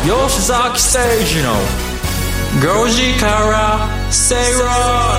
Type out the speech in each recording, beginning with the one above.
吉崎誠二の5時から正論。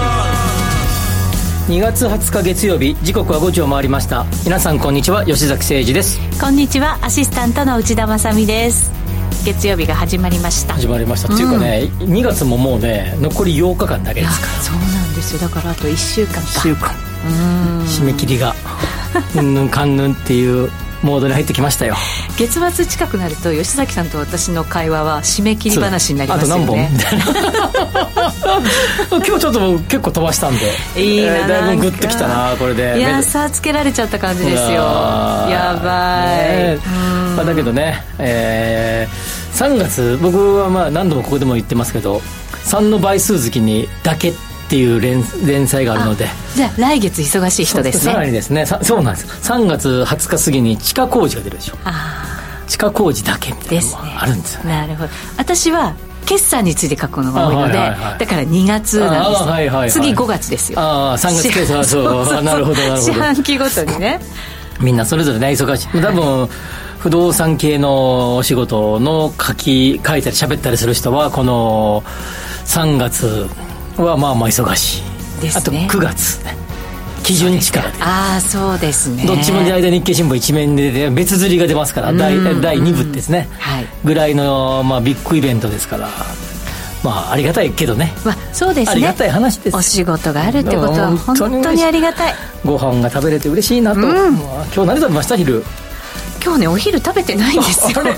2月20日月曜日、時刻は5時を回りました。皆さんこんにちは、吉崎誠二です。 こんにちは、アシスタントの内田まさみです。月曜日が始ま締まりました、 っていうかね、2月ももうね残り8日間だけですから。 そうなんですよ。だからあと1週間か。 1週間締め切りがうんぬんかんぬんっていうモードに入ってきましたよ。 月末近くなると吉崎さんと私の会話は締め切り話になりますよね。 あと何本みたいな今日ちょっと結構飛ばしたんでいいな、 だいぶグッときたなこれで。 いや、差つけられちゃった感じですよ。やばい、 だけどね、3月僕はまあ何度もここでも言ってますけど、3の倍数月にだけっていう連載があるので、 じゃあ来月忙しい人ですね。 さらにですね、そうなんです。3月20日過ぎに地下工事が出るでしょ。地下工事だけみたいなのもあるんですよね。 なるほど。私は決算について書くのが多いので、だから2月なんです。次5月ですよ。 3月決算。そうなるほどなるほど。 四半期ごとにねみんなそれぞれね忙しい。多分不動産系のお仕事の書いたり喋ったりする人はこの3月はまあまあ忙しいですね。あと9月ね、基準地からで。 そうですね。 どっちも大体日経新聞一面で別釣りが出ますから、第2部ですね、ぐらいの、まあ、ビッグイベントですから、まあありがたいけどね、 そうですね、 ありがたい話です。 お仕事があるってことは本当にありがたい。 ご飯が食べれて嬉しいなと、今日何食べました昼。 今日ね、お昼食べてないんですよ。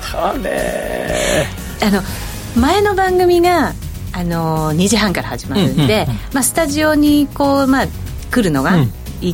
前の番組が2時半から始まるんで、スタジオにこう、来るのが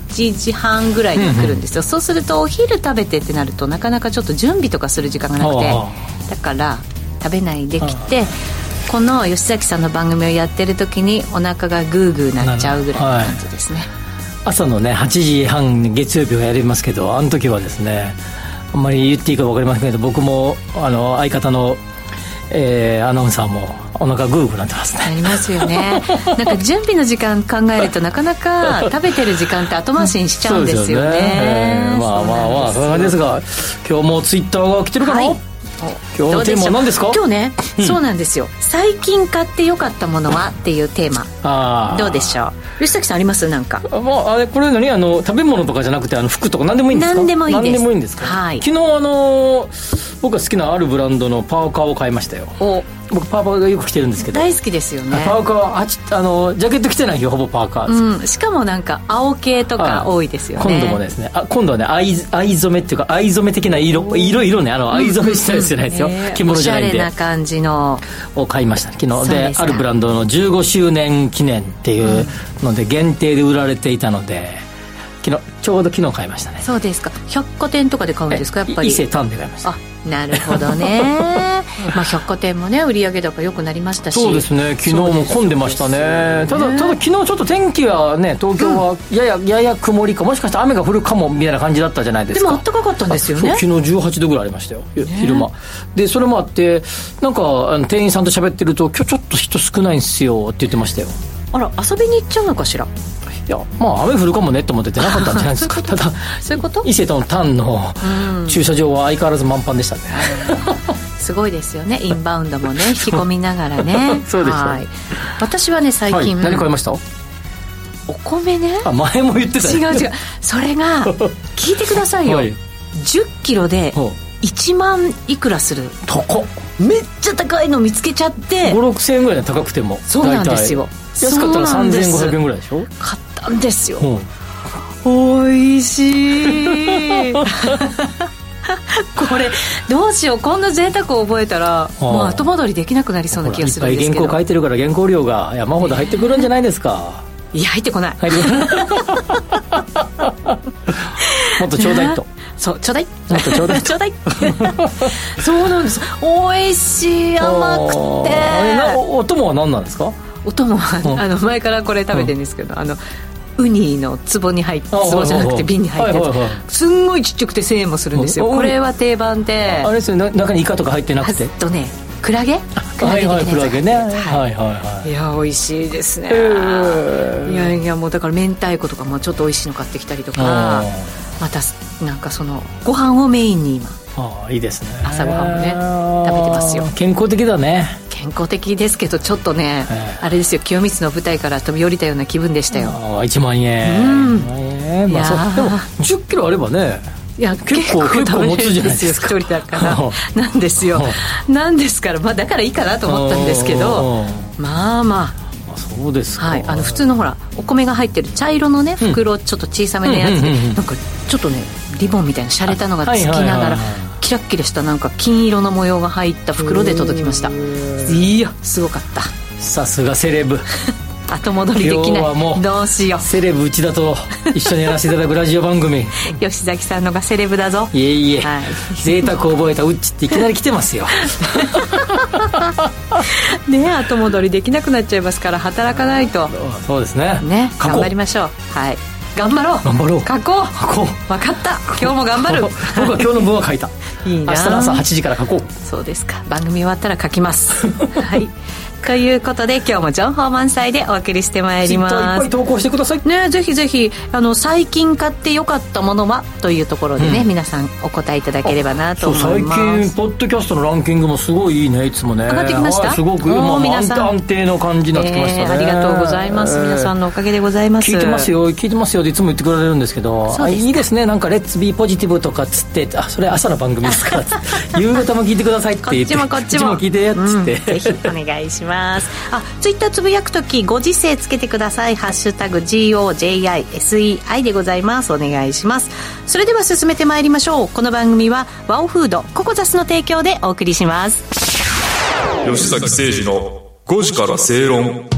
1時半ぐらいに来るんですよ。そうするとお昼食べてってなるとなかなかちょっと準備とかする時間がなくて、だから食べないで来て、この吉崎さんの番組をやってる時にお腹がグーグーなっちゃうぐらいの感じですね。 朝のね8時半月曜日はやりますけど、あの時はですね、あんまり言っていいか分かりませんけど、僕も相方のアナウンサーもお腹グーグーなってますね。 なりますよね。なんか準備の時間考えるとなかなか食べてる時間って後回しにしちゃうんですよね。 まあそんな感じですが、今日もツイッターが来てるかな、今日のテーマは何ですか。 今日ね、そうなんですよ。最近買ってよかったものはっていうテーマ、どうでしょう。吉崎さんあります？なんかこれ何食べ物とかじゃなくて服とか何でもいいんですか。 何でもいいです。 何でもいいんですか。昨日僕が好きなあるブランドのパーカーを買いましたよ。僕パーカーがよく着てるんですけど。 大好きですよね。 パーカージャケット着てない日はほぼパーカーです、 しかもなんか青系とか多いですよね。 今度もですね、今度はね藍染めっていうか藍染め的な色ね、藍染めしたやつじゃないですよ、着物じゃないんで。 おしゃれな感じのを買いました昨日で。あるブランドの15周年記念っていうので限定で売られていたので、ちょうど昨日買いましたね。 そうですか。百貨店とかで買うんですか。やっぱり伊勢丹で買いました。 なるほどね。百貨店もね売上高良くなりましたし。 そうですね、昨日も混んでましたね。ただ昨日ちょっと天気はね、東京はやや曇りか、もしかしたら雨が降るかもみたいな感じだったじゃないですか。 でも暖かかったんですよね。 昨日18度ぐらいありましたよ、昼間で。それもあってなんか店員さんと喋ってると、今日ちょっと人少ないんですよって言ってましたよ。 あら、遊びに行っちゃうのかしら。 いや、雨降るかもねと思って出なかったんじゃないですか。ただそういうこと。 伊勢丹の駐車場は相変わらず満帆でしたね。 すごいですよね。インバウンドもね引き込みながらね。 そうです。 私はね最近、 何買いました。 お米ね。 前も言ってた。 違うそれが聞いてくださいよ、10キロで1万いくらする。 高っ。 めっちゃ高いの見つけちゃって。 5、6千円ぐらい高くても。 そうなんですよ。 安かったら3500円ぐらいでしょ。 買ったんですよ。おいしい。これどうしよう、こんな贅沢を覚えたらもう後戻りできなくなる気がするんですけど。 いっぱい原稿書いてるから原稿料が山ほど入ってくるんじゃないですか。 いや入ってこない。 もっとちょうだいと。 そうちょうだい、 もっとちょうだいちょうだい。そうなんです。おいしい、甘くて。 お供は何なんですか。 お供は前からこれ食べてるんですけど、ウニの壺に入って、壺じゃなくて瓶に入ってる、すんごいちっちゃくて1000円もするんですよ。これは定番で、 あれですよね、中にイカとか入ってなくて、 クラゲクラゲね。 いや美味しいですね。いやもうだから明太子とかもちょっと美味しいの買ってきたりとか、またなんかそのご飯をメインに今いいですね。 朝ごはんもね食べてますよ。 健康的だね。 健康的ですけどちょっとね、あれですよ、清光の舞台から飛び降りたような気分でしたよ。 1万円、まあ、でも10キロあればね、 いや結構持つじゃないですか。一人だからなんですよ。なんですから、まあ、だからいいかなと思ったんですけど、まあまあそうですか。 普通のほらお米が入ってる茶色のね袋、ちょっと小さめのやつで、なんかちょっとねリボンみたいな洒落たのがつきながら、キラッキラしたなんか金色の模様が入った袋で届きました。いやすごかった。 さすがセレブ。 後戻りできない。 今日はもうどうしよう。 セレブ内田と一緒にやらせていただくラジオ番組吉崎さんのがセレブだぞ。 いえいえ、贅沢を覚えたウッチっていきなり来てますよ。 ね、後戻りできなくなっちゃいますから働かないと。 そうですね。 頑張りましょう。はい、頑張ろう。書こう。分かった。今日も頑張る。 僕は今日の分は書いた。いいな。明日の朝8時から書こう。 そうですか。番組終わったら書きます。はい。ということで今日も情報満載でお送りしてまいります。 いっぱい投稿してくださいね。ぜひぜひ最近買ってよかったものはというところでね、皆さんお答えいただければなと思います。 最近ポッドキャストのランキングもすごいいいね。いつもね上がってきました。 すごく皆さん安定の感じになってきましたね。 ありがとうございます。皆さんのおかげでございます。 聞いてますよっていつも言ってくれるんですけど、いいですね。なんかレッツビーポジティブとかつって、それ朝の番組ですから夕方も聞いてくださいって言ってこっちも聞いてやっつって、 ぜひお願いします。ツイッターつぶやくときご時世つけてください。ハッシュタグ GOJISEI でございます。お願いします。それでは進めてまいりましょう。この番組はワオフードココザスの提供でお送りします。 吉崎誠二の5時から正論。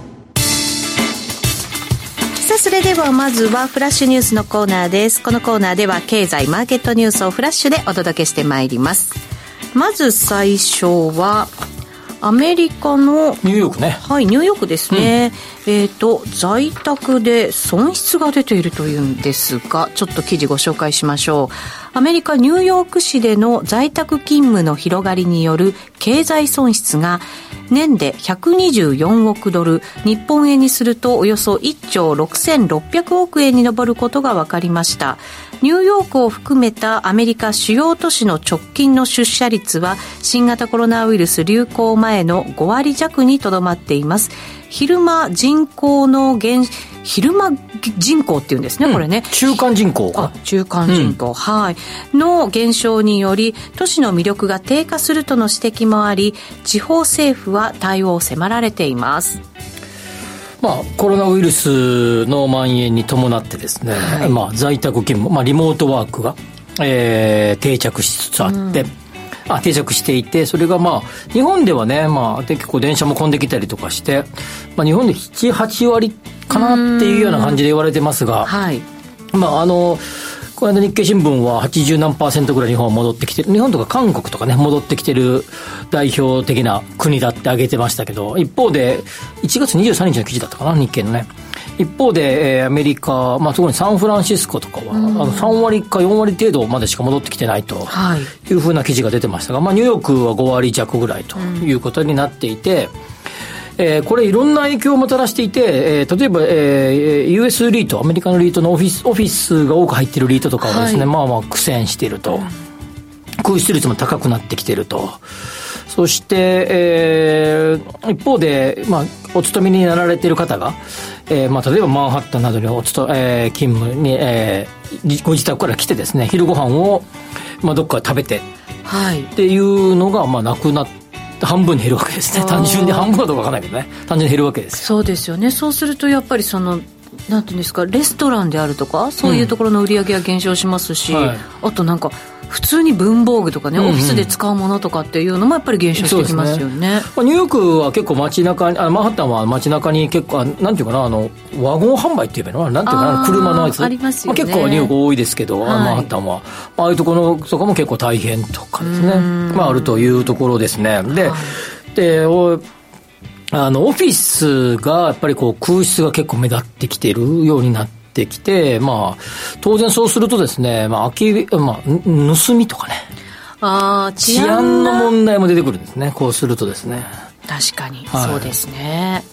さあそれではまずはフラッシュニュースのコーナーです。このコーナーでは経済マーケットニュースをフラッシュでお届けしてまいります。まず最初はアメリカのニューヨークね。 はい、ニューヨークですね。在宅で損失が出ているというんですが、ちょっと記事ご紹介しましょう。アメリカニューヨーク市での在宅勤務の広がりによる経済損失が年で124億ドル、日本円にするとおよそ1兆6600億円に上ることが分かりました。ニューヨークを含めたアメリカ主要都市の直近の出社率は新型コロナウイルス流行前の5割弱にとどまっています。昼間人口っていうんですね、これね。 中間人口か。 中間人口、はい。の減少により、都市の魅力が低下するとの指摘もあり、地方政府は対応を迫られています。 コロナウイルスの蔓延に伴ってですね、在宅勤務、リモートワークが、定着しつつあって、定着していて、それが日本ではね、結構電車も混んできたりとかして、日本で7、8割かなっていうような感じで言われてますが、この間日経新聞は80何%ぐらい日本は戻ってきてる、日本とか韓国とかね戻ってきてる代表的な国だって挙げてましたけど、一方で1月23日の記事だったかな、日経のね。一方で、アメリカ、特にサンフランシスコとかは3割か4割程度までしか戻ってきてないというふうな記事が出てましたが、ニューヨークは5割弱ぐらいということになっていて、これいろんな影響をもたらしていて、例えば、US リート、アメリカのリートのオフィスが多く入っているリートとかはですね、苦戦していると。空室率も高くなってきていると。そして、一方で、お勤めになられている方が、例えばマンハッタンなどに勤務に、ご自宅から来てですね、昼ご飯を、どっか食べて、っていうのが、なくなって、半分に減るわけですね。単純に半分かどうかわからないけどね、単純に減るわけです。 そうですよね。そうするとやっぱりなんていうんですか、レストランであるとかそういうところの売り上げは減少しますし、あとなんか普通に文房具とかね、オフィスで使うものとかっていうのもやっぱり減少してきますよね。 ニューヨークは結構街中に、マンハッタンは街中に結構なんていうかな、ワゴン販売っていうのなんていうかな、車のやつありますよね。 結構ニューヨーク多いですけど、マンハッタンはああいうところとかも結構大変とかですね、あるというところですね。で、オフィスがやっぱり空室が結構目立ってきているようになってきて、当然そうするとですね、盗みとかね、治安の問題も出てくるんですね。こうするとですね、 確かに、そうですね。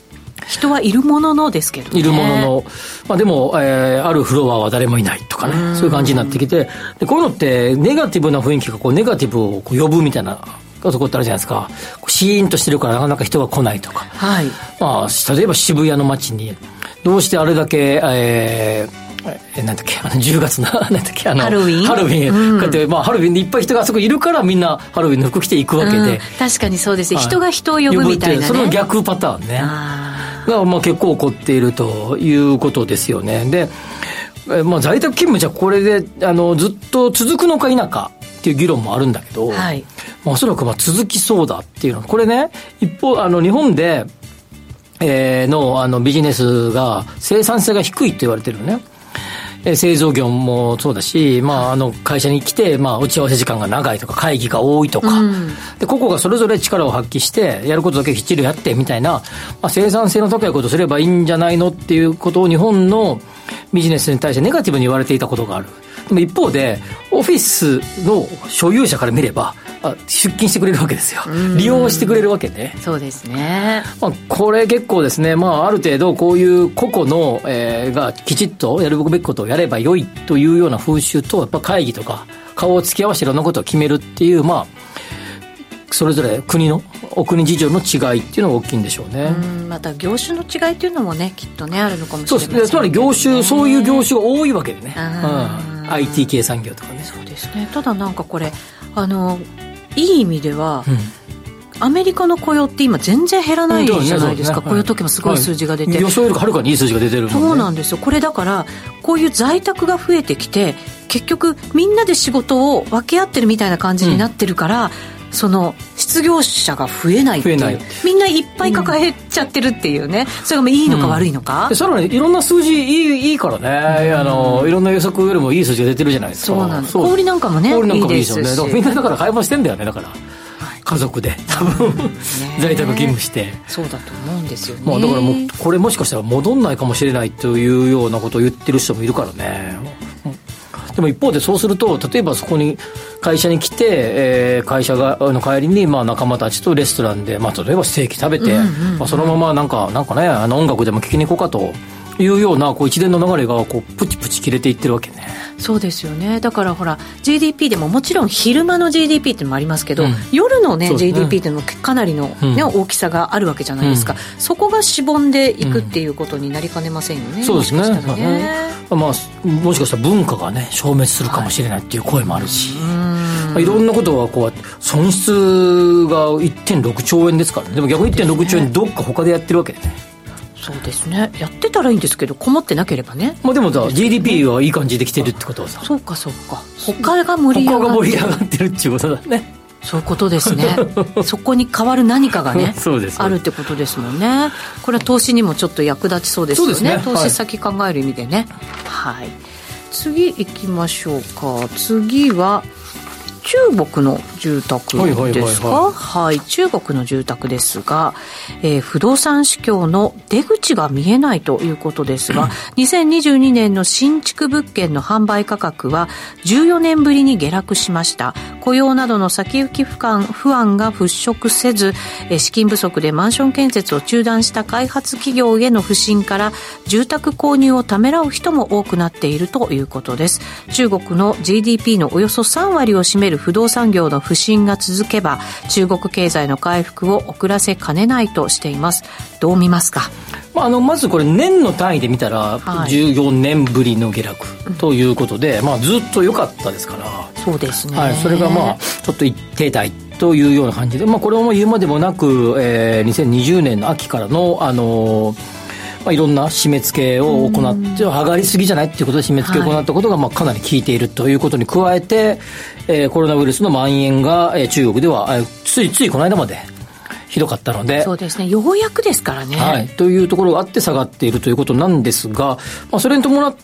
人はいるもののですけどね。 いるものの、まあ、でも、あるフロアは誰もいないとかね、そういう感じになってきて、でこういうのってネガティブな雰囲気がこうネガティブをこう呼ぶみたいなとこってあるじゃないですか。シーンとしてるからなかなか人が来ないとか、はい、まあ、例えば渋谷の街にどうしてあれだけ、なんだっけ、10月のなんだっけ、 ハロウィン、 こうやって、まあ、ハロウィンでいっぱい人があそこいるからみんなハロウィンの服着ていくわけで、 確かにそうですね、人が人を呼ぶみたいなね、 その逆パターンねが、まあ、結構起こっているということですよね。で、まあ、在宅勤務じゃこれでずっと続くのか否かっていう議論もあるんだけど、はい、まあ、おそらくまあ続きそうだっていうのはこれね、一方日本で、のビジネスが生産性が低いって言われてるのね。製造業もそうだし、まあ、会社に来て、まあ、打ち合わせ時間が長いとか会議が多いとか、で個々がそれぞれ力を発揮してやることだけきっちりやってみたいな、まあ、生産性の高いことをすればいいんじゃないのっていうことを日本のビジネスに対してネガティブに言われていたことがある。でも一方でオフィスの所有者から見れば出勤してくれるわけですよ。利用してくれるわけね。 そうですね。 まあ、これ結構ですね、まあ、ある程度こういう個々の、がきちっとやるべきことをやればよいというような風習と、やっぱ会議とか顔を突き合わせていろんなことを決めるっていう、まあ、それぞれお国事情の違いっていうのが大きいんでしょうね。 また業種の違いっていうのもね、きっとねあるのかもしれませんね。 そうですね。つまり業種、そういう業種が多いわけでね。IT 系産業とかね。 そうですね。ただなんかこれいい意味では、アメリカの雇用って今全然減らないじゃないですか。雇用統計もすごい数字が出て、 予想よりはるかにいい数字が出てるもんね。 そうなんですよ。これだからこういう在宅が増えてきて、結局みんなで仕事を分け合ってるみたいな感じになってるから、その失業者が増えないっていう、みんないっぱい抱えちゃってるっていうね、それがいいのか悪いのか、 さらにいろんな数字いいからね、いろんな予測よりもいい数字が出てるじゃないですか。 そうなんです。小売なんかもね、 小売なんかもいいですよね。 いいですし、 みんなだから買い物してんだよね。だから家族で多分在宅勤務してそうだと思うんですよね。 まあ、だからもうこれもしかしたら戻んないかもしれないというようなことを言ってる人もいるからね。でも一方でそうすると、例えばそこに会社に来て、会社がの帰りにまあ仲間たちとレストランで、まあ、例えばステーキ食べて、まあ、そのままなんかね、音楽でも聴きに行こうかというようなこう一連の流れがこうプチプチ切れていってるわけね。 そうですよね。だからほら GDP でももちろん昼間の GDP っていうのもありますけど、夜のね GDP っていうのもかなりの、ね大きさがあるわけじゃないですか、そこがしぼんでいくっていうことになりかねませんよね、 そうですね。まあ、もしかしたら文化がね消滅するかもしれないっていう声もあるし、いろんなことはこう損失が 1.6 兆円ですからね。でも逆に 1.6 兆円どっか他でやってるわけでね。 そうですね。やってたらいいんですけど、こもってなければね。 まあ、でもさ GDP はいい感じできてるってことはさ、 そうか他が盛り上がってるっていうことだね。 そういうことですねそこに代わる何かがねそうですあるってことですもんね。これは投資にもちょっと役立ちそうですよ ね。投資先考える意味でね、はい、次行きましょうか。次は中国の住宅ですか。はい、中国の住宅ですが、不動産市況の出口が見えないということですが、2022年の新築物件の販売価格は14年ぶりに下落しました。雇用などの先行き不安が払拭せず、資金不足でマンション建設を中断した開発企業への不信から住宅購入をためらう人も多くなっているということです。中国の GDP のおよそ3割を占める不動産業の不振が続けば、中国経済の回復を遅らせかねないとしています。どう見ますか。 まずこれ年の単位で見たら14年ぶりの下落ということで、ずっと良かったですから。そうですね、それがちょっと一定台というような感じで、これは言うまでもなく、2020年の秋からのいろんな締め付けを行って、上がりすぎじゃないっていうことで締め付けを行ったことがかなり効いているということに加えて、コロナウイルスの蔓延が、中国ではついこの間までひどかったので、 そうですね、ようやくですからね、 はい、というところがあって下がっているということなんですが、それに伴って、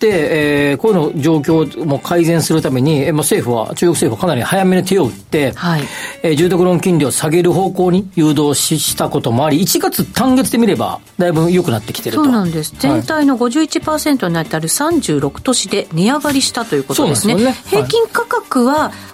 こういうの状況も改善するために、中国政府はかなり早めに手を打って、住宅ローン金利を下げる方向に誘導したこともあり、1月単月で見ればだいぶ良くなってきていると。 そうなんです。全体の 51% になってある36都市で値上がりしたということですね。平均価格は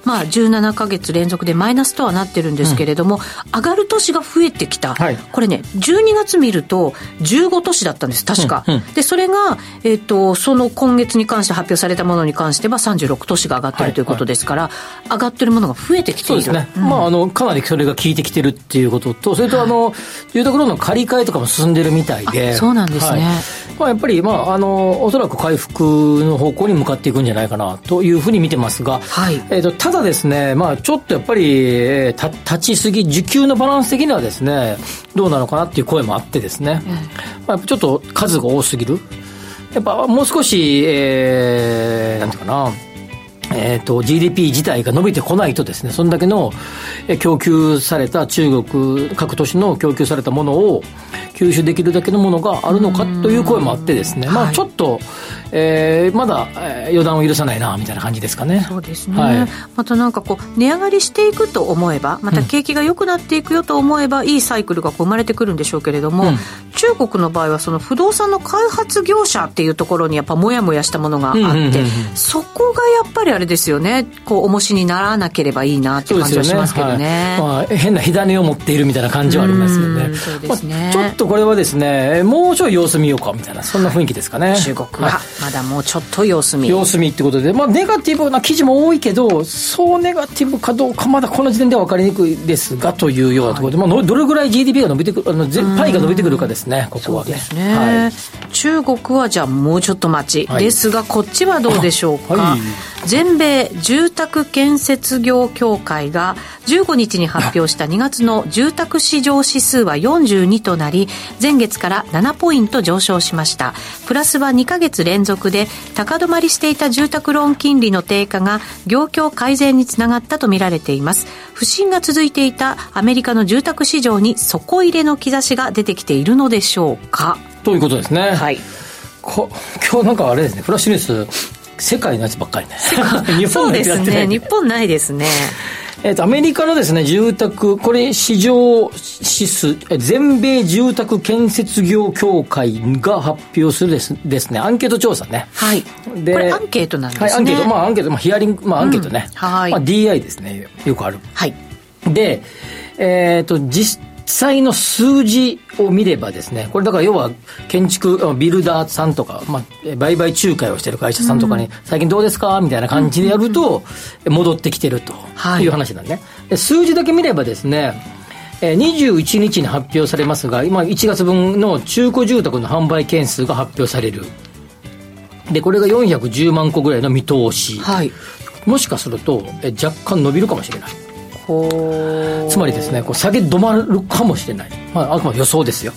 17ヶ月連続でマイナスとはなってるんですけれども、上がる年が増えてきた、これね12月見ると15都市だったんです確か、でそれが、その今月に関して発表されたものに関しては36都市が上がってるということですから、上がってるものが増えてきている。 そうですね、かなりそれが効いてきてるっていうことと、それと住宅ローンの借り換えとかも進んでるみたいで、 そうなんですね、 やっぱり、おそらく回復の方向に向かっていくんじゃないかなというふうに見てますが、ただですね、ちょっとやっぱり、立ちすぎ、需給のバランス的にはですね、どうなのかなっていう声もあってですね、ちょっと数が多すぎる。やっぱもう少し、なんていうかな、GDP 自体が伸びてこないとですね、そんだけの供給された中国各都市の供給されたものを吸収できるだけのものがあるのかという声もあってですね、ちょっと、まだ予断を許さないなみたいな感じですかね。 そうですね、またなんか値上がりしていくと思えば、また景気が良くなっていくよと思えば、いいサイクルが生まれてくるんでしょうけれども、中国の場合はその不動産の開発業者っていうところにやっぱもやもやしたものがあって、そこがやっぱりあれですよね、重しにならなければいいなって感じはしますけどね。 変な火種を持っているみたいな感じはありますよね。 そうですね、 ちょっとこれはですね、もうちょい様子見ようかみたいな、そんな雰囲気ですかね。 中国はまだもうちょっと様子見ってことで、ネガティブな記事も多いけど、そうネガティブかどうかまだこの時点では分かりにくいですがというようなところで、どれぐらい GDP が伸びてくる、パイが伸びてくるかですね、ここはね。 そうですね、中国はじゃあもうちょっと待ち、ですがこっちはどうでしょうか。全米住宅建設業協会が15日に発表した2月の住宅市場指数は42となり、前月から7ポイント上昇しました。プラスは2ヶ月連続で、高止まりしていた住宅ローン金利の低下が業況改善につながったとみられています。不振が続いていたアメリカの住宅市場に底入れの兆しが出てきているのでしょうか、 ということですね。今日なんかあれですね、フラッシュニュース世界のやつばっかりね。日本のやつやってない。 そうですね、日本ないですね。 アメリカのですね、住宅、これ市場指数、全米住宅建設業協会が発表するですね、アンケート調査ね。 でこれアンケートなんですね。 アンケート、ヒアリング、アンケートね。DI ですね、よくある。で、実際の数字を見ればですね、これだから要は建築ビルダーさんとか、売買仲介をしている会社さんとかに、最近どうですかみたいな感じでやると戻ってきてるという話なんで、で数字だけ見ればですね、21日に発表されますが、今1月分の中古住宅の販売件数が発表される。でこれが410万個ぐらいの見通し、もしかすると若干伸びるかもしれない。つまりですね、下げ止まるかもしれない。あくまで予想ですよ。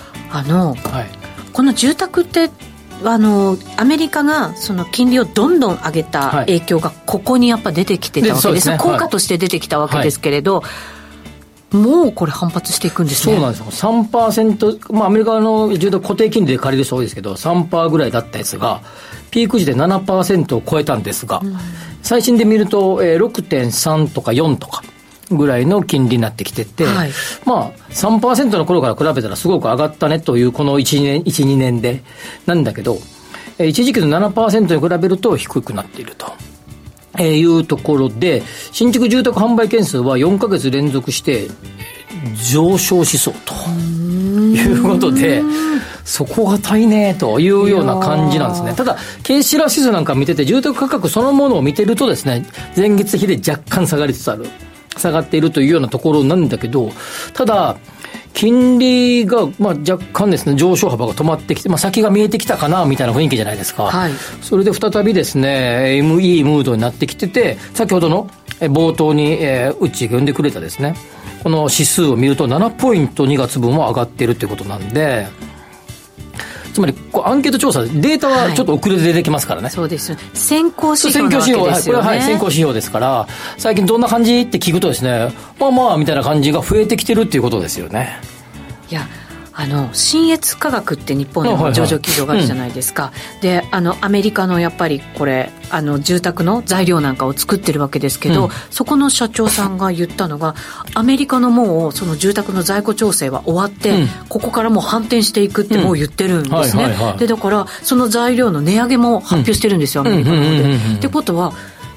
この住宅ってアメリカがその金利をどんどん上げた影響がここにやっぱ出てきてたわけです。効果として出てきたわけですけれど、もうこれ反発していくんですね。 そうなんですよ。3%、アメリカの住宅固定金利で借りる人多いですけど、3% ぐらいだったやつがピーク時で 7% を超えたんですが、最新で見ると 6.3 とか4とかぐらいの金利になってきてて、3% の頃から比べたらすごく上がったねというこの 1、2年でなんだけど、一時期の 7% に比べると低くなっているというところで、新築住宅販売件数は4ヶ月連続して上昇しそうということで、そこが足りねえというような感じなんですね。ただケーシラー指数なんか見てて、住宅価格そのものを見てるとですね、前月比で若干下がっているというようなところなんだけど、ただ金利が若干ですね、上昇幅が止まってきて、先が見えてきたかなみたいな雰囲気じゃないですか。それで再びですね、いいムードになってきてて、先ほどの冒頭にうちが呼んでくれたですね、この指数を見ると7ポイント2月分は上がっているということなんで、つまりアンケート調査データはちょっと遅れて出てきますからね。 そうです。先行指標なわけですよね。 これは先行指標ですから、最近どんな感じって聞くとですね、みたいな感じが増えてきてるっていうことですよね。 いや、信越化学って日本の上場企業があるじゃないですか。でアメリカのやっぱりこれ住宅の材料なんかを作ってるわけですけど、そこの社長さんが言ったのが、アメリカのもうその住宅の在庫調整は終わって、ここからもう反転していくってもう言ってるんですね。でだからその材料の値上げも発表してるんですよ、アメリカの方で。ってことは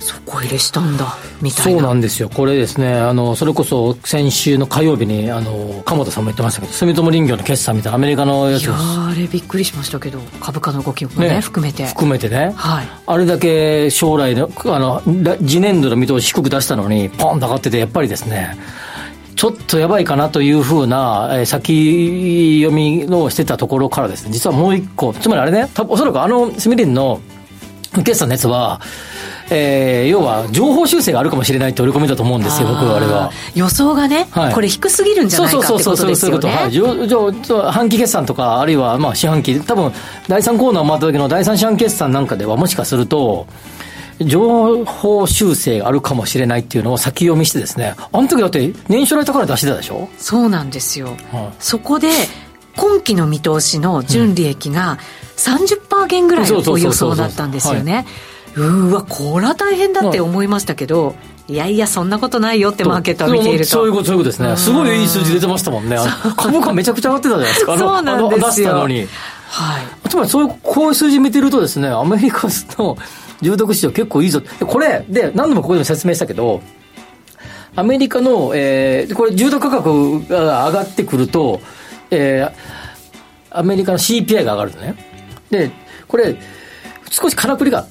底入れしたんだみたいな。 そうなんですよ。これですね、それこそ先週の火曜日に鎌田さんも言ってましたけど、住友林業の決算みたいなアメリカのやつ。 いやあれびっくりしましたけど、株価の動きもね含めてね、はい、あれだけ将来の次年度の見通し低く出したのにポンと上がってて、やっぱりですねちょっとやばいかなというふうな、先読みをしてたところからですね、実はもう一個、つまりあれね、おそらくスミリンの決算のやつは、要は情報修正があるかもしれないって織り込みだと思うんですよ、僕はあれは。 予想がね、はい、これ低すぎるんじゃないかってことですよね。 そういうこと、はい、半期決算とか、あるいはまあ四半期、多分第3コーナー回った時の第3四半期決算なんかでは、もしかすると情報修正があるかもしれないっていうのを先読みしてですね、あの時だって年初来高値出してたでしょ。 そうなんですよ、そこで今期の見通しの純利益が 30% 減ぐらいの予想だったんですよね。うわこれは大変だって思いましたけど、いやいやそんなことないよってマーケットを見ているとそういうことですね。すごいいい数字出てましたもんね。株価めちゃくちゃ上がってたじゃないですか。 そうなんですよ、 出したのに、はい、つまりこういう数字見てるとですね、アメリカの住宅市場結構いいぞ。これで何度もここでも説明したけど、アメリカの、これ住宅価格が上がってくると、アメリカの CPI が上がるのね。でこれ少しからくりがあって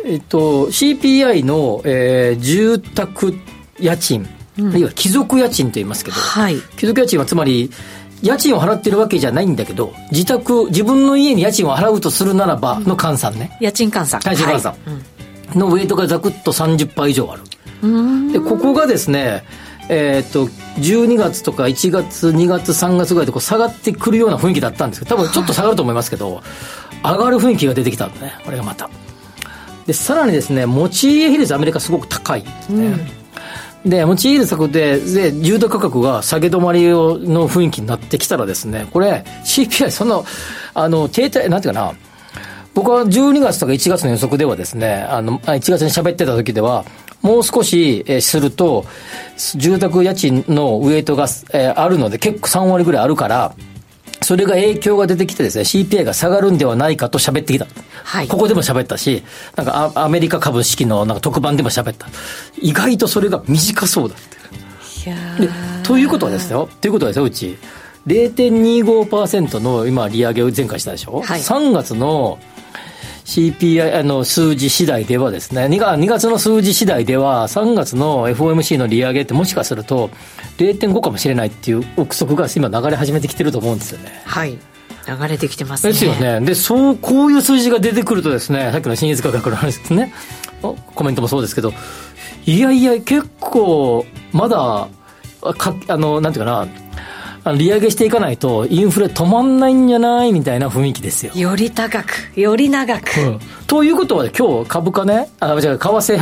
、CPI の、住宅家賃、あるいは貴族家賃と言いますけど、はい、貴族家賃はつまり家賃を払ってるわけじゃないんだけど、自分の家に家賃を払うとするならばの換算ね、 家賃換算のウェイトがざくっと 30% 以上ある。でここがですね、12月とか1月2月3月ぐらいでこう下がってくるような雰囲気だったんですけど、多分ちょっと下がると思いますけど、上がる雰囲気が出てきたんだね、これがまた。でさらにですね、持ち家比率アメリカすごく高いですね、で持ち家比率で住宅価格が下げ止まりの雰囲気になってきたらですね、これ CPI その停滞なんていうかな、僕は12月とか1月の予測ではですね、1月に喋ってた時ではもう少しすると住宅家賃のウエイトがあるので、結構3割ぐらいあるから、それが影響が出てきてですね、 CPI が下がるんではないかと喋ってきた、はい、ここでも喋ったし、なんかアメリカ株式のなんか特番でも喋った。意外とそれが短そうだって。いやでということはですよ、うち 0.25% の今利上げを前回したでしょ、はい、3月のCPI 数字次第ではですね、2月の数字次第では3月の FOMC の利上げってもしかすると 0.5 かもしれないっていう憶測が今流れ始めてきてると思うんですよね。 はい、流れてきてますね。 ですよね。でこういう数字が出てくるとですね、さっきの新越価格の話ですね、コメントもそうですけど、いやいや結構まだなんていうかな、利上げしていかないとインフレ止まんないんじゃないみたいな雰囲気ですよ。 より高くより長く、 ということは今日株価ね、為替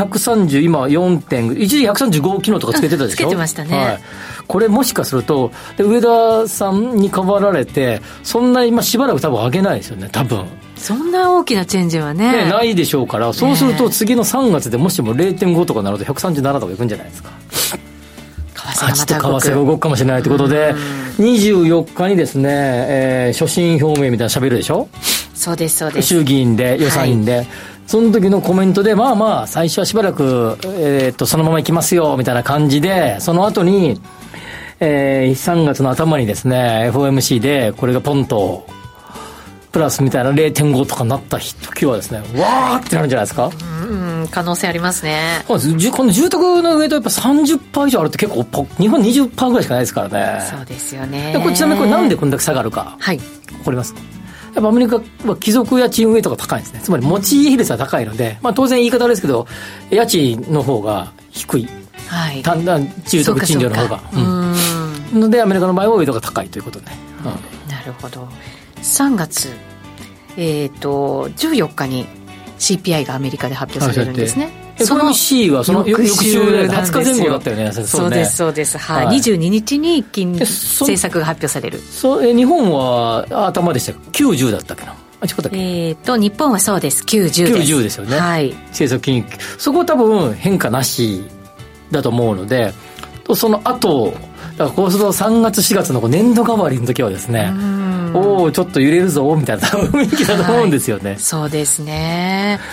130今4点、一時135昨日とかつけてたでしょ。つけてましたね、はい、 これもしかすると上田さんに代わられてそんな今しばらく多分上げないですよね、多分。 そんな大きなチェンジは ねないでしょうから、そうすると次の3月でもしも 0.5 とかなると137とかいくんじゃないですか。為替が動くかもしれないということで、24日にですね、所信表明みたいな喋るでしょ。 そうですそうです。 衆議院で予算院で、はい、その時のコメントでまあ最初はしばらく、そのままいきますよみたいな感じで、その後に、3月の頭にですね FOMC でこれがポンとプラスみたいな 0.5 とかなった時はですね、わーってなるんじゃないですか。 可能性ありますね。 この住宅の上とやっぱ 30% 以上あるって結構日本 20% ぐらいしかないですからね。 そうですよね。 これちなみにこれなんでこんだけ下がるか、はい、わかります。やっぱアメリカは貴族家賃ウェイトが高いんですね。つまり持ち家比率が高いので、当然言い方ですけど家賃の方が低い、はい、住宅賃料の方がのでアメリカの場合はウェイトが高いということね、 なるほど。3月、14日に CPI がアメリカで発表されるんですね。 FOMC はその翌週20日前後だったよね。 そうですそうです、はいはい、22日に金政策が発表される。 日本は頭でした90だったっけな。 日本はそうです90です。 90ですよね、はい、政策金融そこは多分変化なしだと思うので、その後だからこうすると3月4月の年度代わりの時はですね、おおちょっと揺れるぞみたいな雰囲気だと思うんですよね、はい、 そうですね。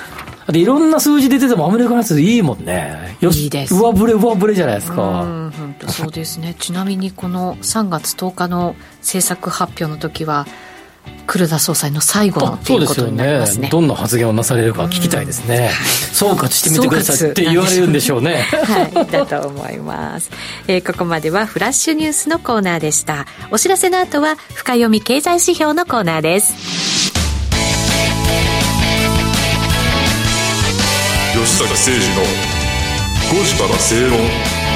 でいろんな数字出ててもアメリカのやついいもんね。 いいです。 上振れじゃないですか。 本当そうですね。ちなみにこの3月10日の政策発表の時は黒田総裁の最後のということになりますね。そうですよね。 どんな発言をなされるか聞きたいですね。総括してみてくださいって言われるんでしょうね。 はい、だと思います。ここまではフラッシュニュースのコーナーでした。お知らせの後は深読み経済指標のコーナーです。 吉坂誠二の5時から正論。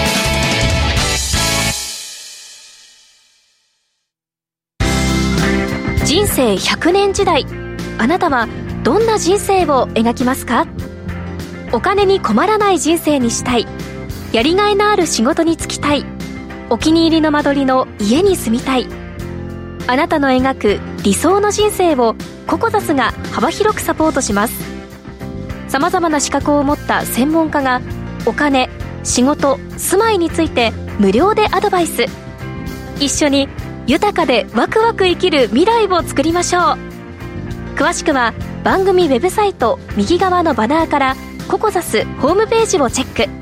人生100年時代、あなたはどんな人生を描きますか？お金に困らない人生にしたい、やりがいのある仕事に就きたい、お気に入りの間取りの家に住みたい。あなたの描く理想の人生をココザスが幅広くサポートします。さまざまな資格を持った専門家がお金、仕事、住まいについて無料でアドバイス。一緒に豊かでワクワク生きる未来を作りましょう。詳しくは番組ウェブサイト右側のバナーからココザスホームページをチェック。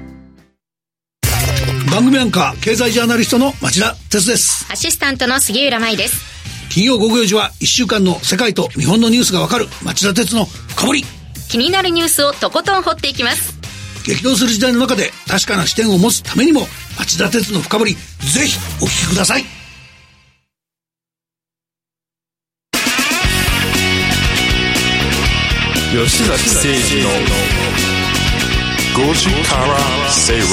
番組アンカー経済ジャーナリストの町田哲です。 アシスタントの杉浦舞です。 金曜午後4時は1週間の世界と日本のニュースがわかる町田哲の深掘り。 気になるニュースをとことん掘っていきます。 激動する時代の中で確かな視点を持つためにも町田哲の深掘り、ぜひお聞きください。 吉崎誠二の5時から正論。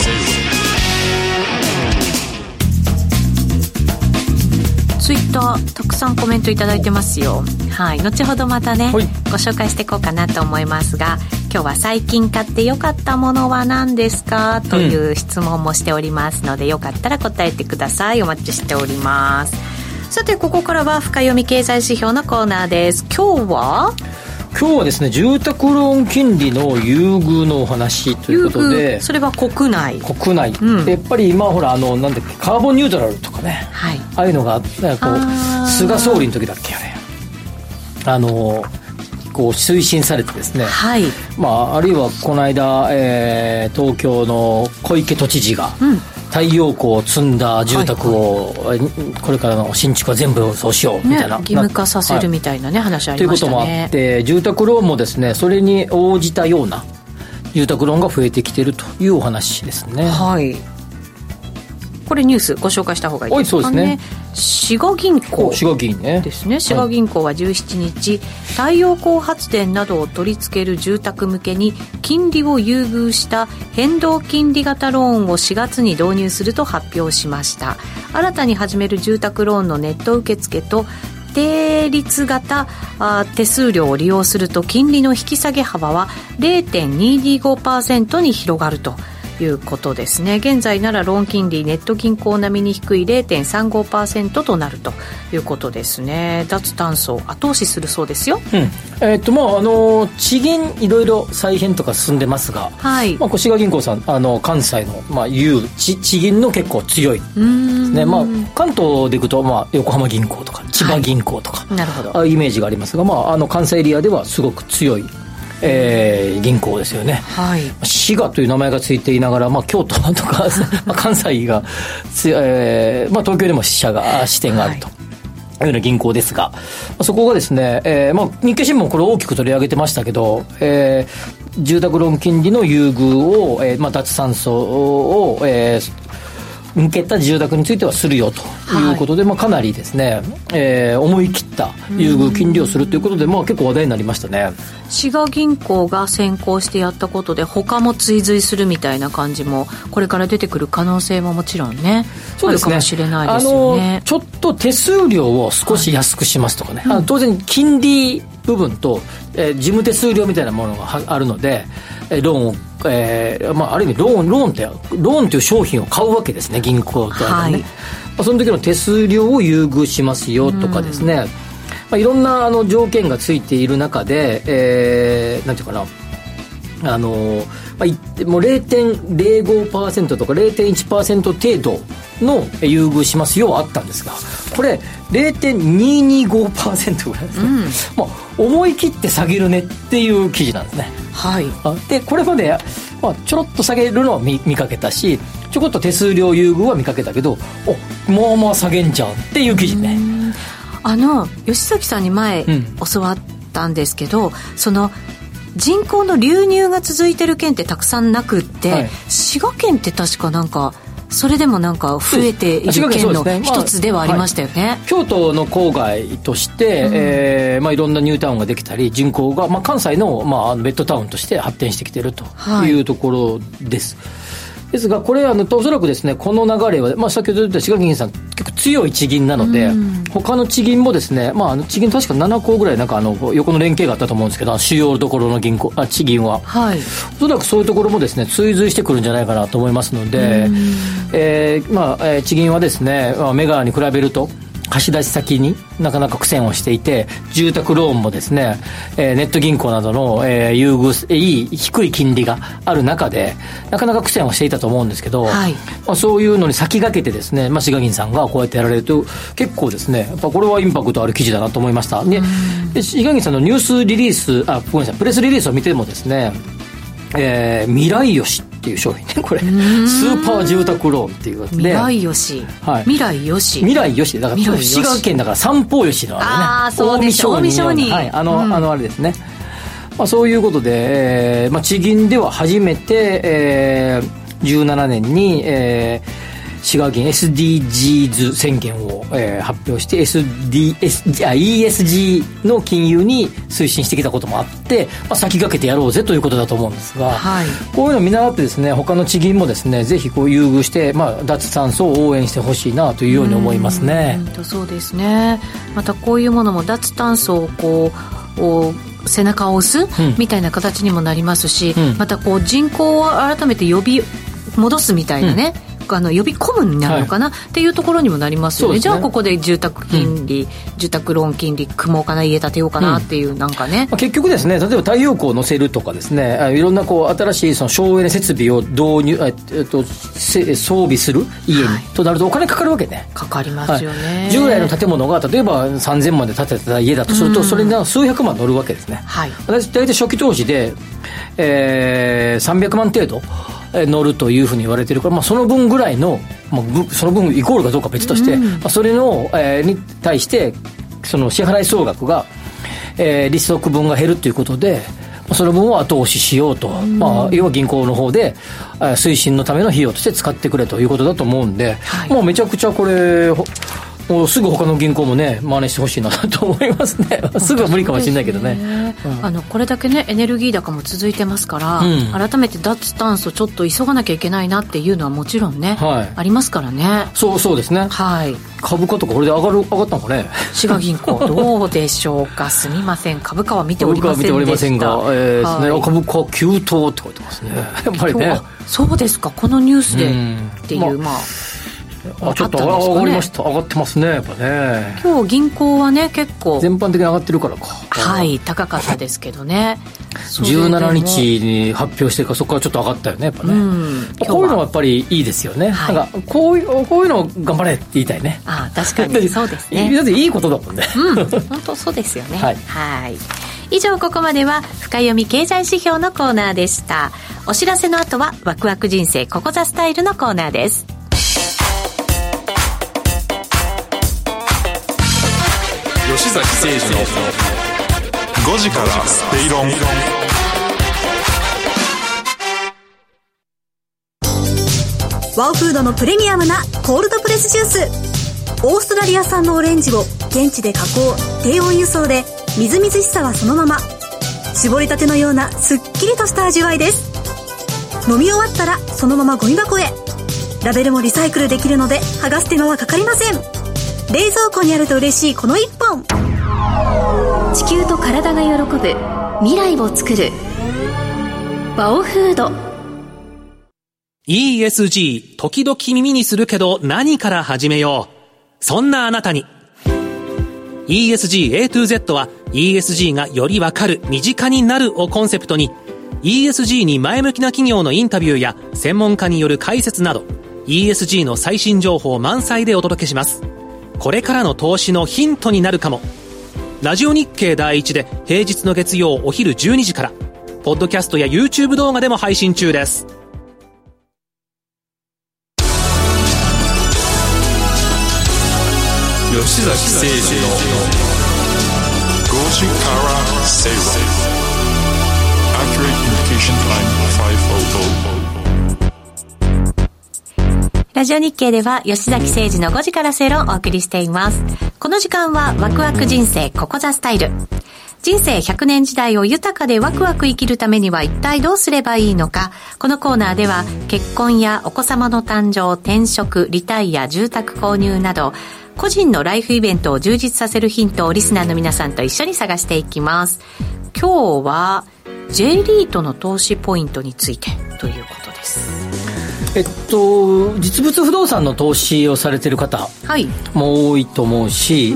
ツイッターたくさんコメントいただいてますよ。はい、後ほどまたね、ご紹介していこうかなと思いますが、今日は最近買ってよかったものは何ですかという質問もしておりますので、よかったら答えてください。お待ちしております。さてここからは深読み経済指標のコーナーです。今日はですね、住宅ローン金利の優遇のお話ということで、 それは国内、 やっぱり今ほらなんだっけ、カーボンニュートラルとかね、はい、ああいうのがこう菅総理の時だっけ、こう推進されてですね、はい、あるいはこの間、東京の小池都知事が、太陽光を積んだ住宅を、これからの新築は全部そうしようみたいな、 義務化させるみたいなね、話ありましたね。 ということもあって、住宅ローンもですね、それに応じたような住宅ローンが増えてきているというお話ですね。 はい、これニュースご紹介した方がいいですかね。そうですね。滋賀銀行ですね。滋賀銀行は17日、太陽光発電などを取り付ける住宅向けに金利を優遇した変動金利型ローンを4月に導入すると発表しました。新たに始める住宅ローンのネット受付と定率型手数料を利用すると、金利の引き下げ幅は 0.225% に広がるということですね。現在ならローン金利ネット銀行並みに低い 0.35% となるということですね。脱炭素後押しするそうですよ。 地銀いろいろ再編とか進んでますが、はい、滋賀銀行さん関西の、地銀の結構強いですね。関東でいくと、横浜銀行とか千葉銀行とか、なるほど、イメージがありますが、関西エリアではすごく強い銀行ですよね。はい、滋賀という名前がついていながら、京都とか関西が東京でも支店があるというような銀行ですが、そこがですね、日経新聞もこれ大きく取り上げてましたけど、住宅ローン金利の優遇を、脱炭素を、向けた住宅についてはするよということで、かなりですね、思い切った優遇金利をするということで、結構話題になりましたね。 滋賀銀行が先行してやったことで他も追随するみたいな感じもこれから出てくる可能性ももちろんね、そうですね、あるかもしれないですよね。ちょっと手数料を少し安くしますとかね、当然金利部分と、事務手数料みたいなものがあるので、ローンをある意味ローンという商品を買うわけですね、銀行とはね。その時の手数料を優遇しますよとかですね、いろんな条件がついている中で、なんていうかな、 もう 0.05% とか 0.1% 程度の優遇しますよあったんですが、これ 0.225% ぐらいですね、思い切って下げるねっていう記事なんですね。 はい。 でこれまで、ちょろっと下げるのは 見かけたし、ちょこっと手数料優遇は見かけたけど、まあまあ下げんじゃんっていう記事ね。 吉崎さんに前、教わったんですけど、その人口の流入が続いてる県ってたくさんなくって、滋賀県って確かなんかそれでもなんか増えている県の一つではありましたよね。 京都の郊外として、いろんなニュータウンができたり、人口が、関西の、ベッドタウンとして発展してきているというところです。ですがこれおそらくですね、この流れは、先ほど言った滋賀県さん結構強い地銀なので、他の地銀もですね、地銀確か7個ぐらいなんか横の連携があったと思うんですけど、主要どころの地銀は、おそらくそういうところもですね追随してくるんじゃないかなと思いますので、地銀はですね、メガに比べると貸し出し先になかなか苦戦をしていて、住宅ローンもですね、ネット銀行などの、優遇低い金利がある中でなかなか苦戦をしていたと思うんですけど、そういうのに先駆けてですね、滋賀銀さんがこうやってやられると結構ですね、やっぱこれはインパクトある記事だなと思いました。で滋賀銀さんのニュースリリースごめんなさい、プレスリリースを見てもですね、未来よしっていう商品ね、これスーパー住宅ローンっていうやつで、 未来よし、未来よしだから滋賀県だから三方よしのあれね、 そうです、近江商人、 あれですね、そういうことで、地銀では初めて、17年に、滋賀県 SDGs 宣言を、発表して ESG の金融に推進してきたこともあって、先駆けてやろうぜということだと思うんですが、こういうのを見習ってですね、他の地銀もですね、ぜひこう優遇して、脱炭素を応援してほしいなというように思いますね。 そうですね。またこういうものも脱炭素を背中を押すみたいな形にもなりますし、またこう人口を改めて呼び戻すみたいなね、呼び込むになるのかな、っていうところにもなりますよね。じゃあここで住宅金利、住宅ローン金利組もうかな、家建てようかなっていう、なんかね、 結局ですね、例えば太陽光を載せるとかですね、いろんな新しいその省エネ設備を導入、装備する家に、となるとお金かかるわけね。 かかりますよね。 従来の建物が例えば3000万で建てた家だとすると、それに数百万乗るわけですね。大体初期投資で、300万程度乗るというふうに言われているから、その分ぐらいの、その分イコールかどうか別として、それの、に対してその支払い総額が、利息分が減るということで、その分を後押ししようと、要は銀行の方で推進のための費用として使ってくれということだと思うんで、もうめちゃくちゃこれもうすぐ他の銀行もね真似してほしいなと思いますね。すぐは無理かもしれないけどね。 これだけねエネルギー高も続いてますから、改めて脱炭素ちょっと急がなきゃいけないなっていうのはもちろんね、ありますからね。 そうですね。株価とかこれで上がったのかね。 滋賀銀行どうでしょうか。すみません、株価は見ておりませんでした。 株価は見ておりませんが、株価急騰って書いてますね。やっぱりね。 そうですか、このニュースでっていう、 ちょっと上がりました。上がってますね、やっぱね。 今日銀行はね結構全般的に上がってるからか。 高かったですけどね。 17日に発表してからそこからちょっと上がったよね、やっぱね。こういうのはやっぱりいいですよね。なんかこういうの頑張れって言いたいね。 確かにそうですね。 だっていいことだもんね。 本当そうですよね。以上、ここまでは深読み経済指標のコーナーでした。お知らせの後はワクワク人生ここザスタイルのコーナーです。 吉崎誠二の5時からスペイロン。 ワオフードのプレミアムなコールドプレスジュース。オーストラリア産のオレンジを現地で加工、低温輸送でみずみずしさはそのまま。絞りたてのようなすっきりとした味わいです。飲み終わったらそのままゴミ箱へ。ラベルもリサイクルできるので剥がす手間はかかりません。冷蔵庫にあると嬉しいこの一本。 地球と体が喜ぶ未来を作るワオフード。 ESG 時々耳にするけど何から始めよう、そんなあなたに ESG A to Z は ESG がよりわかる、身近になるをコンセプトに ESG に前向きな企業のインタビューや専門家による解説など ESG の最新情報満載でお届けします。これからの投資のヒントになるかも。ラジオ日経第一で平日の月曜お昼12時から、ポッドキャストや YouTube 動画でも配信中です。 吉崎誠二の5時から正論 Accurate Communication Time 500。 ラジオ日経では吉崎誠二の5時から正論をお送りしています。この時間はワクワク人生ここザスタイル。人生100年時代を豊かでワクワク生きるためには一体どうすればいいのか。このコーナーでは結婚やお子様の誕生、転職、リタイア、住宅購入など個人のライフイベントを充実させるヒントをリスナーの皆さんと一緒に探していきます。今日は J リートの投資ポイントについてということです。 実物不動産の投資をされている方も多いと思うし、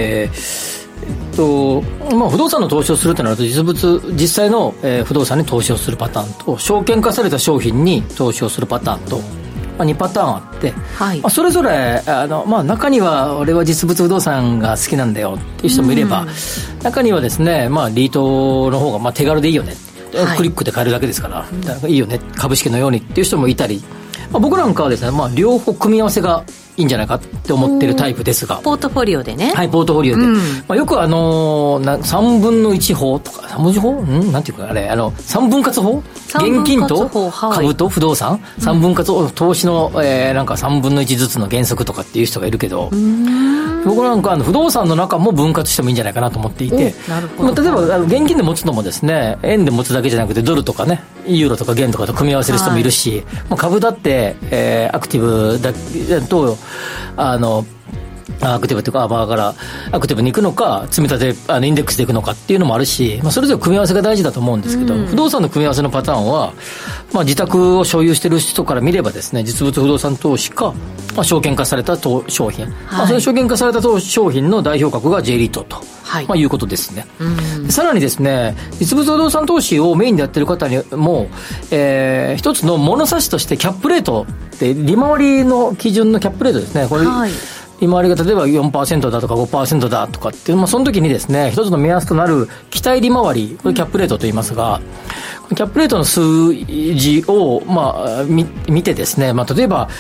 不動産の投資をするとなると実際の、不動産に投資をするパターンと証券化された商品に投資をするパターンと、2パターンあって、それぞれ中には俺は実物不動産が好きなんだよっていう人もいれば、中にはですね、リートの方が手軽でいいよね、クリックで買えるだけですから、いいよね株式のようにっていう人もいたり、僕なんかはですね、両方組み合わせがいいんじゃないかって思ってるタイプですが、 ポートフォリオでね、 ポートフォリオで、よく3分の1法とか3分の1法なんていうか3分割法、現金と株と不動産、3分割投資の、なんか3分の1ずつの原則とかっていう人がいるけど、僕なんか不動産の中も分割してもいいんじゃないかなと思っていて、例えば現金で持つのもですね、円で持つだけじゃなくてドルとかね、ユーロとか元とかと組み合わせる人もいるし、株だって、アクティブだとアクティブというか、だからアクティブに行くのか積み立てインデックスで行くのかっていうのもあるし、それぞれ組み合わせが大事だと思うんですけど、不動産の組み合わせのパターンは、自宅を所有している人から見ればですね、実物不動産投資か、証券化された商品、その証券化された商品の代表格が J リートと、いうことですね。さらにですね、実物不動産投資をメインでやっている方にも、一つの物差しとしてキャップレートって利回りの基準のキャップレートですね、これ、利回りが例えば 4% だとか 5% だとかっていう、その時にですね、一つの目安となる期待利回り、これキャップレートと言いますが、キャップレートの数字を、見てですね、例えば、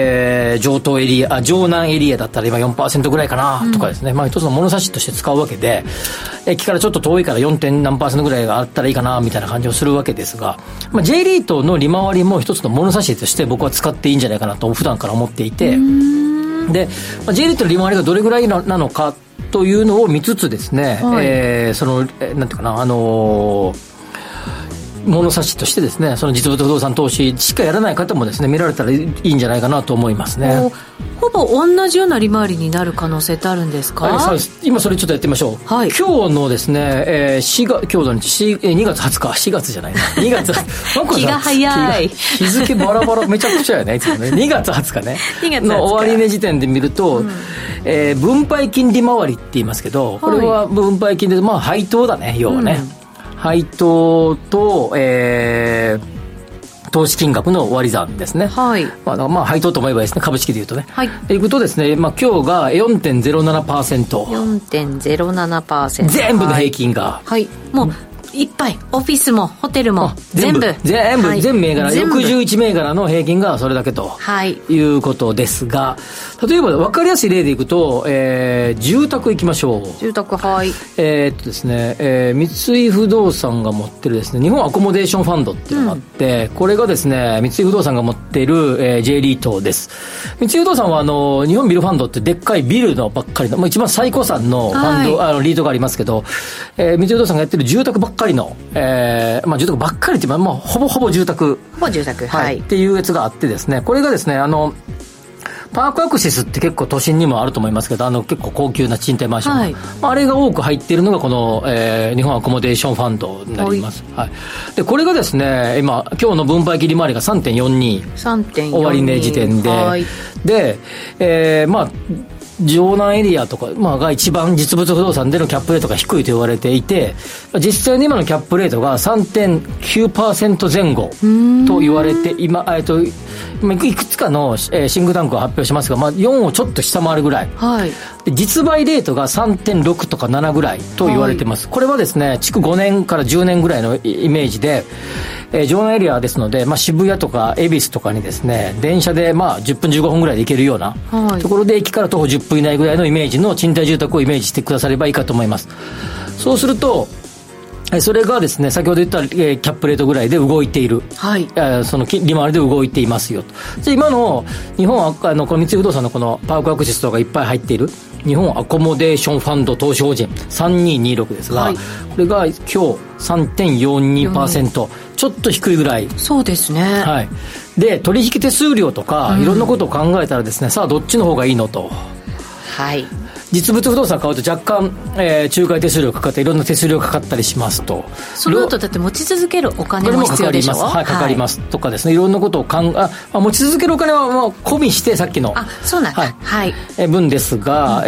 城南エリアだったら今 4% ぐらいかなとかですね、一つの物差しとして使うわけで、駅からちょっと遠いから 4. 何%ぐらいがあったらいいかなみたいな感じをするわけですが、J リートの利回りも一つの物差しとして僕は使っていいんじゃないかなと普段から思っていて、で、J リートの利回りがどれぐらいなのかというのを見つつですね、なんていうかな、物差しとしてですね、その実物不動産投資しかやらない方もですね、見られたらいいんじゃないかなと思いますね。 ほぼ同じような利回りになる可能性ってあるんですか？ 今それちょっとやってみましょう。今日のですね、今日の日2月20日、4月じゃないな、2月気が早い、 日付バラバラめちゃくちゃやね、いつもね、2月20日ねの終値時点で見ると、分配金利回りって言いますけど、これは分配金で配当だね、要はね、配当と、投資金額の割り算ですね。配当と思えばいいですね、株式でいうとね。ということですね、今日が 4.07%。全部の平均が。 もういっぱい、オフィスもホテルも全部全銘柄、61銘柄の平均がそれだけということですが、例えば分かりやすい例でいくと、住宅いきましょう。 住宅、 ですね、三井不動産が持ってるですね、日本アコモデーションファンドっていうのがあって、これがですね、三井不動産が持っている、J リートです。三井不動産は日本ビルファンドってでっかいビルのばっかりの、一番最古産のファンド、リートがありますけど、三井不動産がやってる住宅ばっかりの、住宅ばっかりっていうか、ほぼ住宅っていうやつがあってですね、これがですね、パークアクシスって結構都心にもあると思いますけど、結構高級な賃貸マンション、あれが多く入っているのがこの、日本アコモデーションファンドになります。でこれがですね、今日の分配金利回りが 3.42 終値時点で、で、 城南エリアとか、が一番実物不動産でのキャップレートが低いと言われていて、実際に今のキャップレートが 3.9% 前後と言われて、今いくつかのシンクタンクが発表しますが、4をちょっと下回るぐらい、はい、で実売レートが 3.6 とか7ぐらいと言われてます、はい、これはですね築5年から10年ぐらいのイメージで、城南エリアですので、渋谷とか恵比寿とかにですね電車で10分15分ぐらいで行けるような、はい、ところで駅から徒歩10分以内ぐらいのイメージの賃貸住宅をイメージしてくださればいいかと思います。そうするとそれがですね先ほど言ったキャップレートぐらいで動いている、はい、その利回りで動いていますよと。じゃあ今の日本はこの三井不動産のこのパークアクセスとかいっぱい入っている日本アコモデーションファンド投資法人3226ですが、はい、これが今日 3.42%、ちょっと低いぐらい。 そうですね、 はい、で取引手数料とかいろんなことを考えたらですね、さあどっちの方がいいのと、 はい、 実物不動産買うと若干、仲介手数料かかっていろんな手数料かかったりしますと。 その後だって持ち続けるお金も必要でしょ。 これもかかります、はい、かかります、とかですねいろんなことを持ち続けるお金は込みしてさっきのそうなんだ、はいはい、 分ですが、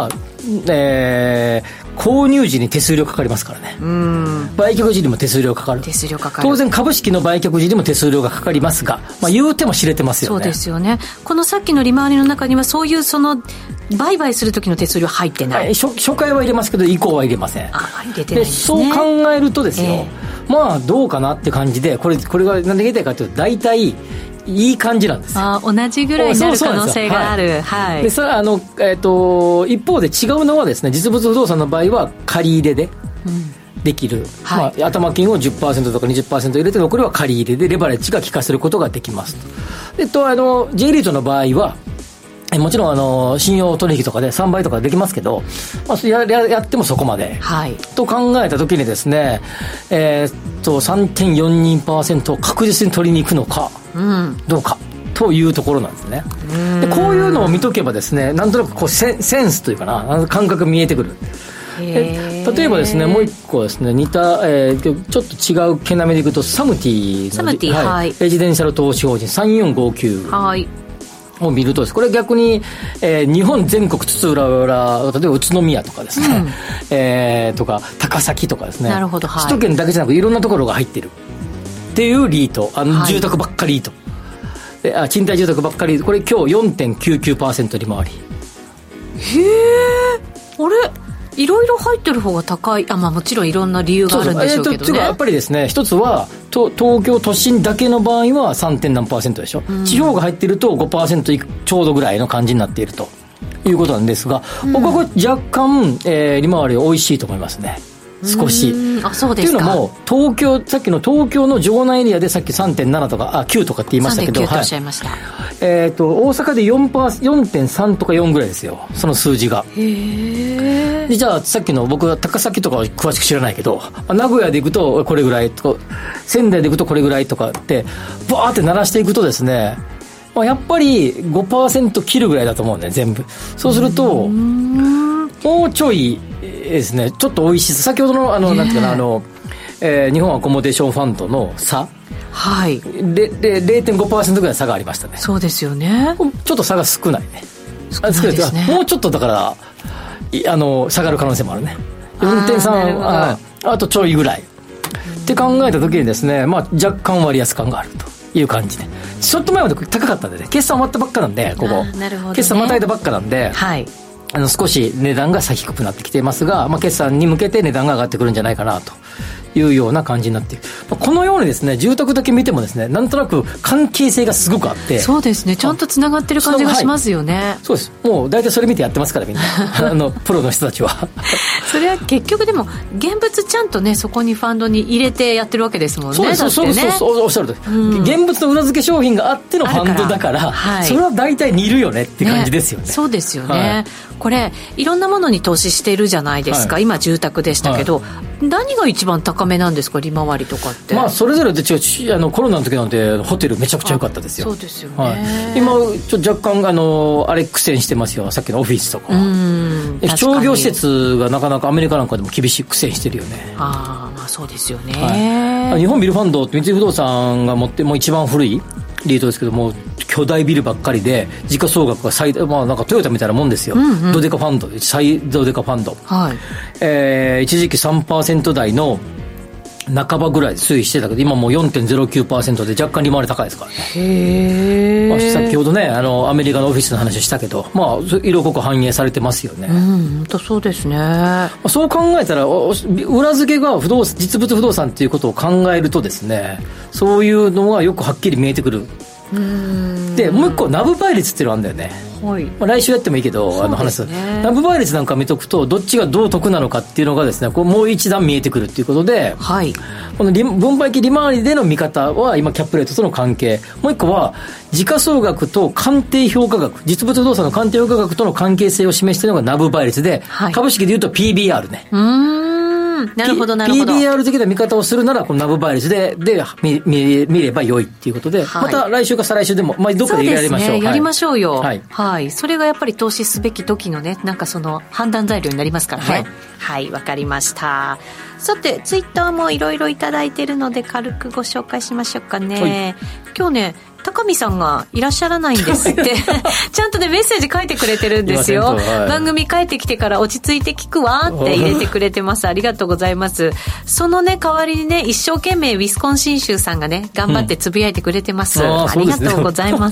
購入時に手数料かかりますからね。売却時にも手数料かかる。当然株式の売却時にも手数料がかかりますが、言うても知れてますよね。 そうですよね。このさっきの利回りの中にはそういうその売買する時の手数料入ってない、 初回は入れますけど以降は入れません。 入れてないんですね。 そう考えるとですよ、どうかなって感じでこれが何で言いたいかというと大体いい感じなんですよ。 同じぐらいになる可能性がある。はい。 で、それは一方で違うのはですね、実物不動産の場合は借り入れでできる。はい。頭金を 10% とか 20% 入れて残りは借り入れでレバレッジが効かせることができますと。で、J リートの場合はもちろん信用取引とかで3倍とかできますけど、やってもそこまで、はい、と考えたときにですね、3.42% を確実に取りに行くのか、どうかというところなんですね。でこういうのを見とけばですね、なんとなくセンスというかな、感覚見えてくる。例えばですね、もう一個ですね似た、ちょっと違う毛並みでいくとサムティのはい、レジデンシャル投資法人3459、はいを見るとです、これ逆に、日本全国津々浦々、例えば宇都宮とかですね、とか高崎とかですね、なるほど、はい、首都圏だけじゃなくいろんなところが入ってるっていうリート、住宅ばっかりリート、賃貸住宅ばっかり、これ今日 4.99% 利回り。 へえ、あれいろいろ入ってる方が高い。もちろんいろんな理由があるんでしょうけどね。 やっぱりですね、一つは東京都心だけの場合は 3. 何%でしょ、地方が入ってると 5% ちょうどぐらいの感じになっているということなんですが、僕はこれ若干、利回り美味しいと思いますね、少し。 そうですか。 っていうのもさっきの東京の城南エリアでさっき 3.7 とか9とかって言いましたけど、 3.9 とおっしゃいました、 大阪で 4.3 とか4ぐらいですよ、その数字が。へで、じゃあさっきの僕は高崎とかは詳しく知らないけど、名古屋で行くとこれぐらいとか、仙台で行くとこれぐらいとかってバーって鳴らしていくとですね、やっぱり 5% 切るぐらいだと思うんだよ全部。そうするともうちょいですね、ちょっと美味しい。先ほどのなんていうかな、日本アコモデーションファンドの差、はい、で 0.5% ぐらい差がありましたね。 そうですよね。 ちょっと差が少ないね。 少ないですね。 もうちょっとだから下がる可能性もあるね。 4.3 あとちょいぐらいって考えた時にですね、若干割安感があるという感じで、ちょっと前まで高かったんでね、決算終わったばっかなんで、ここなるほど、ね、決算またいだばっかなんで、はい、少し値段が低くなってきていますが、決算に向けて値段が上がってくるんじゃないかなというような感じになっている。このようにですね、住宅だけ見てもですね、なんとなく関係性がすごくあって。 そうですね、ちゃんとつながってる感じがしますよね。はい、 そうです。もう大体それ見てやってますからみんなプロの人たちはそれは結局でも現物ちゃんとね、そこにファンドに入れてやってるわけですもんね。 そうです、そうです、おっしゃるとり、現物の裏付け商品があってのファンドだから、はい、それは大体似るよねって感じですよね。 そうですよね、はい、これいろんなものに投資してるじゃないですか、はい、今住宅でしたけど、はい、何が一番高めなんですか、利回りとかって。 それぞれで違う。コロナの時なんてホテルめちゃくちゃ良かったですよ。 そうですよね、 はい、今ちょっと若干あれ苦戦してますよ、さっきのオフィスとか。商業施設がなかなかアメリカなんかでも厳しい苦戦してるよね。 そうですよね、 はい、日本ビルファンドって三井不動産が持ってもう一番古いリートですけども、巨大ビルばっかりで時価総額がなんかトヨタみたいなもんですよ、ドデカファンド、最ドデカファンド、一時期 3% 台の半ばぐらい推移してたけど、今もう 4.09% で若干利回り高いですからね。先ほどね、アメリカのオフィスの話したけど、色濃く反映されてますよね。 本当そうですね。 そう考えたら、裏付けが実物不動産っていうことを考えるとですね、そういうのがよくはっきり見えてくる。でもう一個ナブ倍率っていうのがあるんだよね。来週やってもいいけど、話すナブ倍率なんか見とくとどっちがどう得なのかっていうのがですね、もう一段見えてくるっていうことで、この分配期利回りでの見方は今キャップレートとの関係、もう一個は時価総額と鑑定評価額、実物不動産の鑑定評価額との関係性を示しているのがナブ倍率で、株式でいうと PBR ね。 なるほどなるほど。 PBR 的な見方をするならこのナブ倍率で見れば良いっていうことで、また来週か再来週でも、どっかでやりましょう。 そうですね、やりましょうよ。それがやっぱり投資すべき時のね、なんかその判断材料になりますからね。わかりました。さてツイッターもいろいろいただいているので軽くご紹介しましょうかね。今日ね、高見さんがいらっしゃらないんですってちゃんとねメッセージ書いてくれてるんですよ。番組帰ってきてから落ち着いて聞くわって入れてくれてます。ありがとうございます。そのね代わりにね、一生懸命ウィスコンシン州さんがね頑張ってつぶやいてくれてます。ありがとうございます。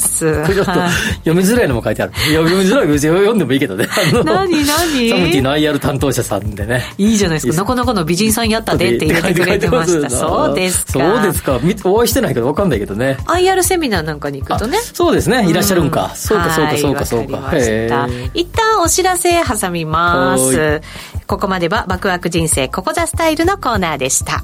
ちょっと読みづらいのも書いてある。読みづらい別に読んでもいいけどね。 何サムティの IR 担当者さんでね、 いいじゃないですか。なかなかの美人さんやったでって入れてくれてました。そうですか。 そうですか。お会いしてないけど分かんないけどね。 IR セミナーなんかに行くとね。 そうですね、いらっしゃるんか。そうか。 一旦お知らせ挟みます。ここまではワクワク人生ココザスタイルのコーナーでした。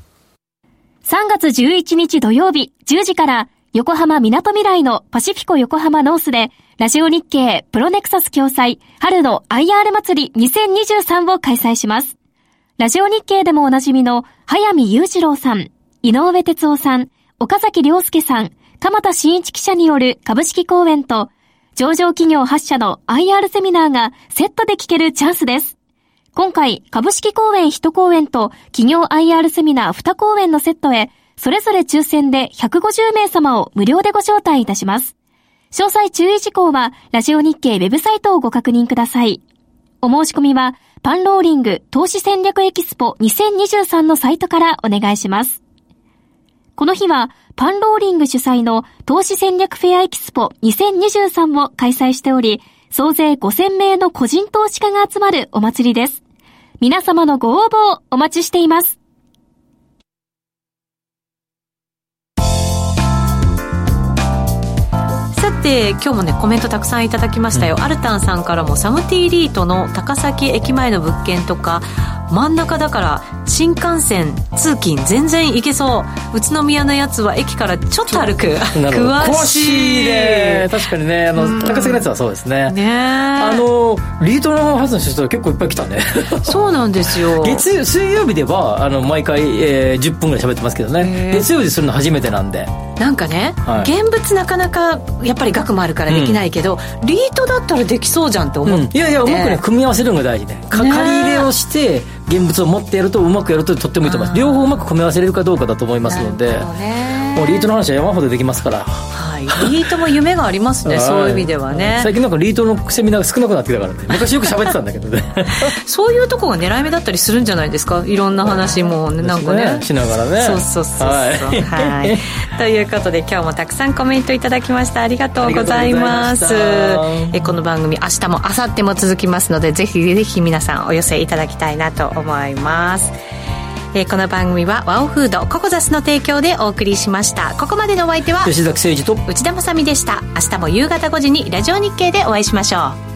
3月11日土曜日10時から横浜みなとみらいのパシフィコ横浜ノースでラジオ日経プロネクサス共催春の IR 祭り2023を開催します。ラジオ日経でもおなじみの早見裕次郎さん、井上哲夫さん、岡崎亮介さん、鎌田新一記者による株式講演と、上場企業8社の IR セミナーがセットで聞けるチャンスです。今回、株式講演1講演と企業 IR セミナー2講演のセットへ、それぞれ抽選で150名様を無料でご招待いたします。詳細注意事項は、ラジオ日経ウェブサイトをご確認ください。お申し込みは、パンローリング投資戦略エキスポ2023のサイトからお願いします。この日は、パンローリング主催の投資戦略フェアエキスポ2023を開催しており、総勢5000名の個人投資家が集まるお祭りです。皆様のご応募をお待ちしています。 さて今日もねコメントたくさんいただきましたよ。アルタンさんからもサムティリートの高崎駅前の物件とか、真ん中だから新幹線通勤全然行けそう。宇都宮のやつは駅からちょっと歩く。詳しいね。確かにね、高崎のやつはそうですね。リートのはずの人は結構いっぱい来たね。 そうなんですよ。 水曜日では毎回、10分ぐらい喋ってますけどね。月曜日するの初めてなんで。 なんかね、現物なかなかやっぱり額もあるからできないけど、リートだったらできそうじゃんって思って、 いやうまくね組み合わせるのが大事ね。借り入れをして現物を持ってやるとうまくやるととってもいいと思います。両方うまく組み合わせれるかどうかだと思いますので、もうリートの話は山ほどできますから。 リートも夢がありますね。そういう意味ではね。 最近なんかリートのセミナーが少なくなってきたからね。昔よく喋ってたんだけどね。 そういうとこが狙い目だったりするんじゃないですか。いろんな話もなんかねしながらね。 そう、ということで今日もたくさんコメントいただきました。ありがとうございます。この番組明日も明後日も続きますので、ぜひぜひ皆さんお寄せいただきたいなと思います。この番組はワオフードココザスの提供でお送りしました。ここまでのお相手は吉崎誠二と内田まさみでした。明日も夕方5時にラジオ日経でお会いしましょう。